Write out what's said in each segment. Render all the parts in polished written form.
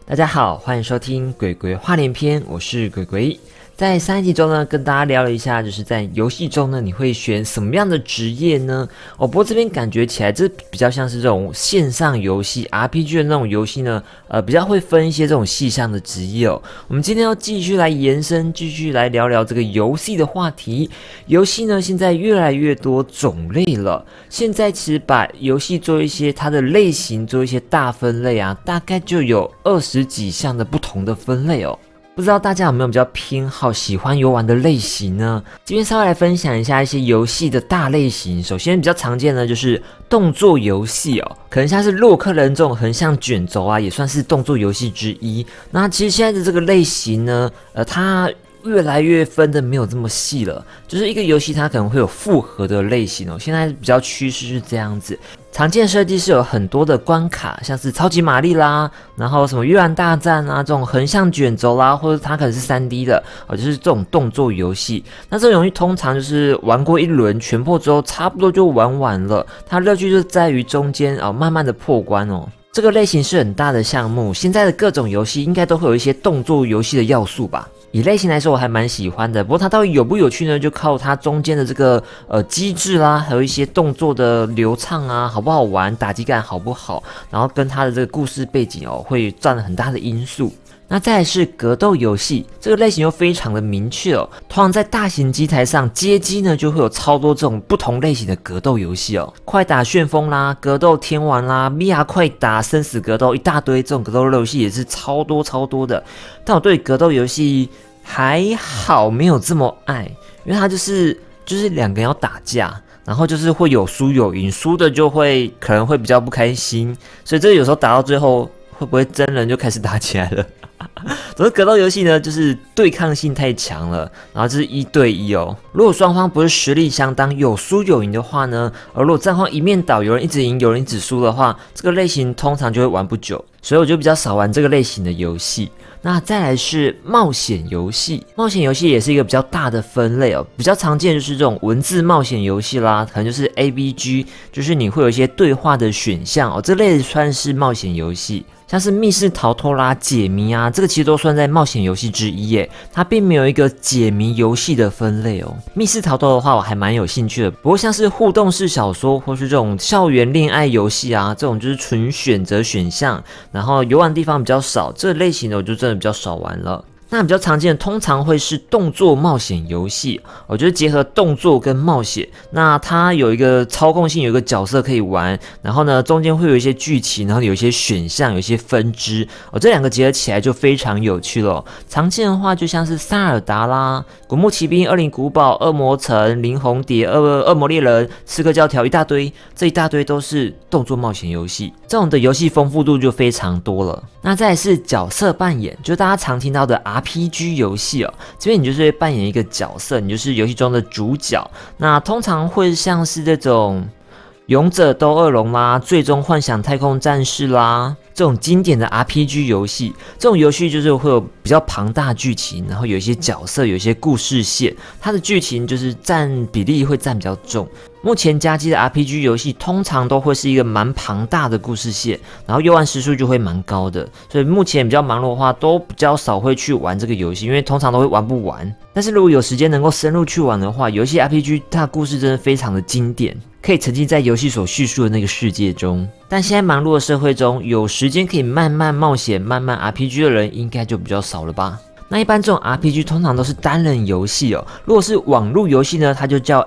大家好，欢迎收听鬼鬼话连篇，我是鬼鬼。在上一集中呢，跟大家聊了一下，就是在游戏中呢，你会选什么样的职业呢？不过这边感觉起来，这比较像是这种线上游戏 RPG 的那种游戏呢，比较会分一些这种细项的职业哦。我们今天要继续来延伸，继续来聊聊这个游戏的话题。游戏呢，现在越来越多种类了。现在其实把游戏做一些它的类型，做一些大分类啊，大概就有20几项的不同的分类哦。不知道大家有没有比较偏好喜欢游玩的类型呢？这边稍微来分享一下一些游戏的大类型。首先比较常见的就是动作游戏哦，可能像是洛克人这种横向卷轴啊，也算是动作游戏之一。那其实现在的这个类型呢，它越来越分的没有这么细了，就是一个游戏它可能会有复合的类型哦。现在比较趋势是这样子。常见设计是有很多的关卡，像是超级玛丽啦，然后什么越南大战啊，这种横向卷轴啦，或者它可能是 3D 的就是这种动作游戏。那这种游戏通常就是玩过一轮全破之后，差不多就玩完了。它乐趣就在于中间慢慢的破关哦。这个类型是很大的项目，现在的各种游戏应该都会有一些动作游戏的要素吧。以类型来说，我还蛮喜欢的。不过它到底有不有趣呢？就靠它中间的这个机制啦，还有一些动作的流畅啊，好不好玩，打击感好不好，然后跟它的这个故事背景会占很大的因素。那再来是格斗游戏，这个类型又非常的明确哦。通常在大型机台上，街机呢就会有超多这种不同类型的格斗游戏哦，快打旋风啦、格斗天王啦、VR 快打、生死格斗，一大堆这种格斗游戏也是超多的。但我对格斗游戏还好，没有这么爱，因为它就是两个人要打架。然后就是会有输有赢，输的就会可能会比较不开心，所以这个有时候打到最后会不会真人就开始打起来了？总之格斗游戏呢，就是对抗性太强了，然后就是1对1哦。如果双方不是实力相当，有输有赢的话呢，而如果战况一面倒，有人一直赢，有人一直输的话，这个类型通常就会玩不久，所以我就比较少玩这个类型的游戏。那再来是冒险游戏，冒险游戏也是一个比较大的分类哦，比较常见就是这种文字冒险游戏啦，可能就是 ABG， 就是你会有一些对话的选项哦，这类算是冒险游戏。像是密室逃脱啦、解谜啊，这个其实都算在冒险游戏之一耶。它并没有一个解谜游戏的分类哦。密室逃脱的话，我还蛮有兴趣的。不过像是互动式小说或是这种校园恋爱游戏啊，这种就是纯选择选项，然后游玩地方比较少，这类型的我就真的比较少玩了。那比较常见的通常会是动作冒险游戏，我觉得结合动作跟冒险，那它有一个操控性，有一个角色可以玩，然后呢中间会有一些剧情，然后有一些选项，有一些分支，这两个结合起来就非常有趣了。常见的话就像是萨尔达啦、古墓奇兵、恶灵古堡、恶魔城、灵红蝶、恶魔猎人、刺客教条，一大堆，这一大堆都是动作冒险游戏，这种的游戏丰富度就非常多了。那再来是角色扮演，就大家常听到的RPG 游戏哦，这边你就是会扮演一个角色，你就是游戏中的主角。那通常会像是这种勇者斗恶龙啦、最终幻想太空战士啦，这种经典的 RPG 游戏，这种游戏就是会有比较庞大剧情，然后有一些角色，有一些故事线，它的剧情就是占比例会占比较重。目前家机的 RPG 游戏通常都会是一个蛮庞大的故事线，然后游玩时数就会蛮高的，所以目前比较忙碌的话，都比较少会去玩这个游戏，因为通常都会玩不完。但是如果有时间能够深入去玩的话，有一些 RPG 它的故事真的非常的经典，可以沉浸在游戏所叙述的那个世界中。但现在忙碌的社会中，有时间可以慢慢冒险、慢慢 RPG 的人应该就比较少了吧。那一般这种 RPG 通常都是单人游戏哦，如果是网络游戏呢，它就叫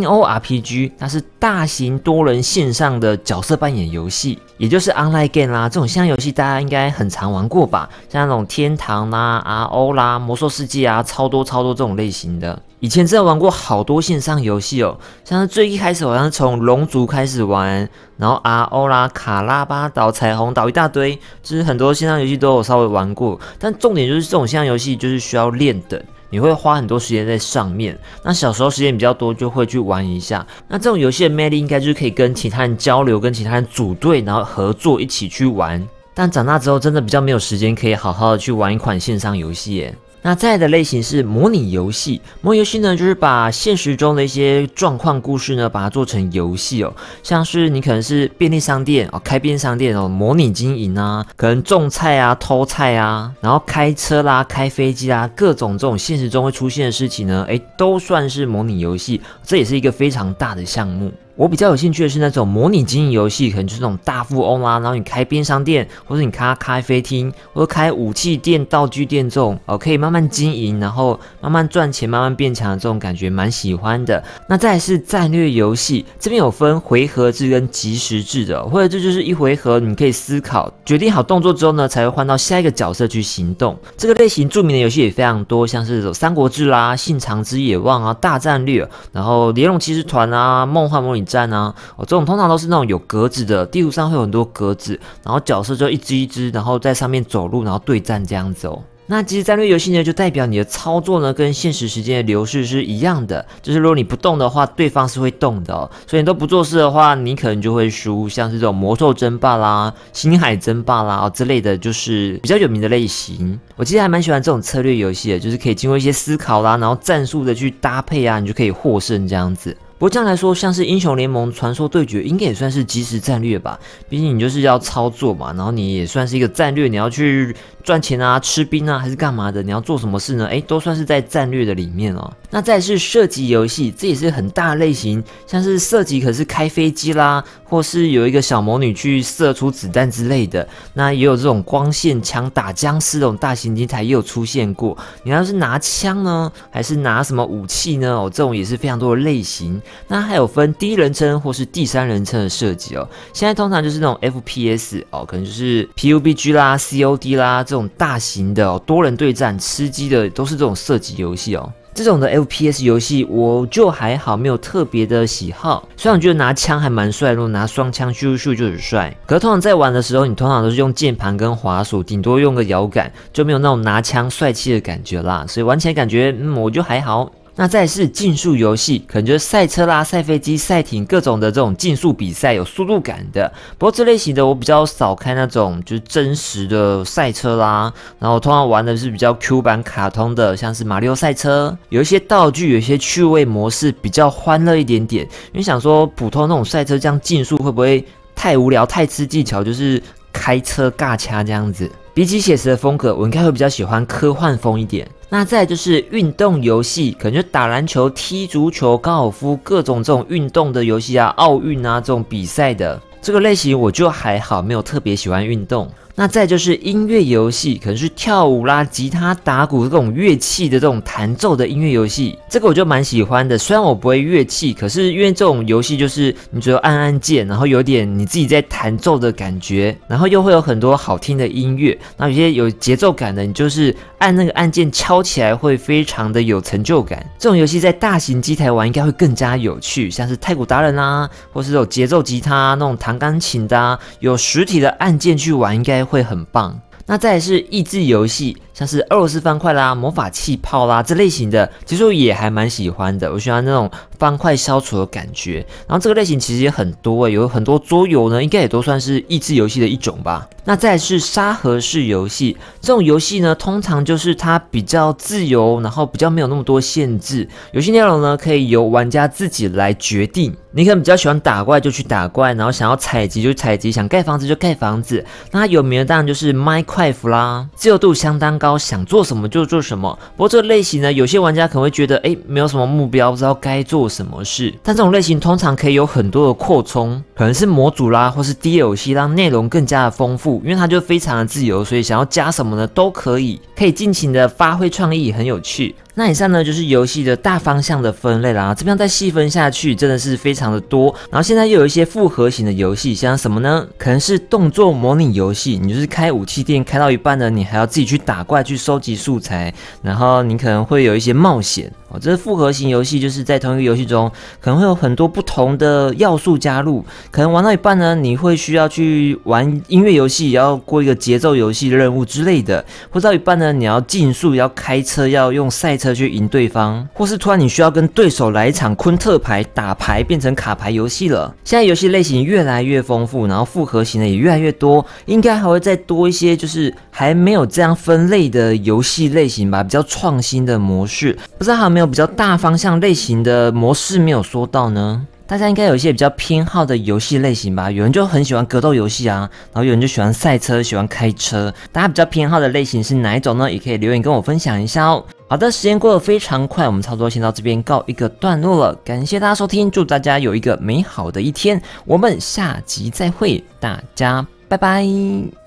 MMORPG， 它是大型多人线上的角色扮演游戏，也就是 online game 啦。这种线上游戏大家应该很常玩过吧，像那种天堂啦、RO 啦、魔兽世界啊，超多这种类型的。以前真的玩过好多线上游戏哦，像是最一开始好像是从龙族开始玩，然后 RO 啦、卡拉巴岛、彩虹岛一大堆，就是很多线上游戏都有稍微玩过。但重点就是这种线上游戏就是需要练等，你会花很多时间在上面。那小时候时间比较多，就会去玩一下。那这种游戏的魅力应该就是可以跟其他人交流，跟其他人组队，然后合作一起去玩。但长大之后真的比较没有时间可以好好的去玩一款线上游戏耶。 那再来的类型是模拟游戏，模拟游戏呢，就是把现实中的一些状况故事呢，把它做成游戏哦，像是你可能是便利商店哦，开便利商店哦，模拟经营啊，可能种菜啊、偷菜啊，然后开车啦、开飞机啦，各种这种现实中会出现的事情呢，都算是模拟游戏，这也是一个非常大的项目。我比较有兴趣的是那种模拟经营游戏，可能就是那种大富翁啦，然后你开便利商店，或者你开咖啡厅，或者开武器店、道具店这种可以慢慢经营，然后慢慢赚钱、慢慢变强的这种感觉，蛮喜欢的。那再来是战略游戏，这边有分回合制跟即时制的，或者这就是一回合，你可以思考，决定好动作之后呢，才会换到下一个角色去行动。这个类型著名的游戏也非常多，像是有三国志啦、信长之野望啊、大战略，然后连龙骑士团啊、梦幻模拟战啊，这种通常都是那种有格子的，地图上会有很多格子，然后角色就一只一只，然后在上面走路，然后对战这样子哦。那即时战略游戏呢，就代表你的操作呢跟现实时间的流逝是一样的，就是如果你不动的话，对方是会动的哦，所以你都不做事的话，你可能就会输，像是这种魔兽争霸啦、星海争霸啦之类的，就是比较有名的类型。我其实还蛮喜欢这种策略游戏的，就是可以经过一些思考啦，然后战术的去搭配啊，你就可以获胜这样子。不过这样来说，像是英雄联盟、传说对决，应该也算是即时战略吧。毕竟你就是要操作嘛，然后你也算是一个战略，你要去赚钱啊、吃兵啊，还是干嘛的？你要做什么事呢？都算是在战略的里面哦。那再来是射击游戏，这也是很大的类型，像是射击可是开飞机啦，或是有一个小魔女去射出子弹之类的。那也有这种光线枪打僵尸这种大型机台也有出现过。你要是拿枪呢，还是拿什么武器呢？这种也是非常多的类型。那还有分第一人称或是第三人称的射击哦。现在通常就是那种 FPS 可能就是 PUBG 啦、COD 啦这种大型的多人对战吃鸡的，都是这种射击游戏哦。这种的 FPS 游戏我就还好，没有特别的喜好。虽然我觉得拿枪还蛮帅，如果拿双枪咻咻就很帅，可是通常在玩的时候，你通常都是用键盘跟滑鼠，顶多用个摇杆，就没有那种拿枪帅气的感觉啦。所以玩起来感觉我就还好。那再来是竞速游戏，可能就是赛车啦、赛飞机、赛艇各种的这种竞速比赛，有速度感的。不过这类型的我比较少开那种就是真实的赛车啦，然后通常玩的是比较 Q 版卡通的，像是马里奥赛车，有一些道具，有一些趣味模式，比较欢乐一点点。因为想说普通那种赛车这样竞速会不会太无聊、太吃技巧，就是开车尬掐这样子。比起写实的风格，我应该会比较喜欢科幻风一点。那再来就是运动游戏，可能就打篮球、踢足球、高尔夫各种这种运动的游戏啊，奥运啊这种比赛的这个类型我就还好，没有特别喜欢运动。那再就是音乐游戏，可能是跳舞啦、吉他、打鼓这种乐器的这种弹奏的音乐游戏，这个我就蛮喜欢的。虽然我不会乐器，可是因为这种游戏就是你只有按键，然后有点你自己在弹奏的感觉，然后又会有很多好听的音乐，然后有些有节奏感的，你就是按那个按键敲起来会非常的有成就感。这种游戏在大型机台玩应该会更加有趣，像是太鼓达人啊，或是有节奏吉他那种弹钢琴的啊，有实体的按键去玩应该会很棒。那再来是益智游戏，像是俄罗斯方块啦、魔法气泡啦这类型的，其实我也还蛮喜欢的。我喜欢那种方块消除的感觉。然后这个类型其实也很多有很多桌游呢，应该也都算是益智游戏的一种吧。那再来是沙盒式游戏，这种游戏呢，通常就是它比较自由，然后比较没有那么多限制。游戏内容呢，可以由玩家自己来决定。你可能比较喜欢打怪就去打怪，然后想要采集就采集，想盖房子就盖房子。那它有名的当然就是 Minecraft 啦，自由度相当高，想做什么就做什么。不过这个类型呢，有些玩家可能会觉得，没有什么目标，不知道该做什么事。但这种类型通常可以有很多的扩充，可能是模组啦，或是 DLC， 让内容更加的丰富。因为它就非常的自由，所以想要加什么呢都可以，可以尽情的发挥创意，很有趣。那以上呢就是游戏的大方向的分类啦，这边再细分下去真的是非常的多。然后现在又有一些复合型的游戏，像什么呢？可能是动作模拟游戏，你就是开武器店开到一半呢，你还要自己去打怪去收集素材，然后你可能会有一些冒险。 这是复合型游戏，就是在同一个游戏中可能会有很多不同的要素加入，可能玩到一半呢，你会需要去玩音乐游戏，也要过一个节奏游戏任务之类的，或者到一半呢，你要竞速，要开车，要用赛车去赢对方，或是突然你需要跟对手来一场昆特牌打牌，变成卡牌游戏了。现在游戏类型越来越丰富，然后复合型的也越来越多，应该还会再多一些，就是还没有这样分类的游戏类型吧，比较创新的模式，不知道还有没有比较大方向类型的模式没有说到呢？大家应该有一些比较偏好的游戏类型吧，有人就很喜欢格斗游戏啊，然后有人就喜欢赛车，喜欢开车，大家比较偏好的类型是哪一种呢？也可以留言跟我分享一下哦。好的，时间过得非常快，我们差不多先到这边告一个段落了，感谢大家收听，祝大家有一个美好的一天，我们下集再会，大家拜拜。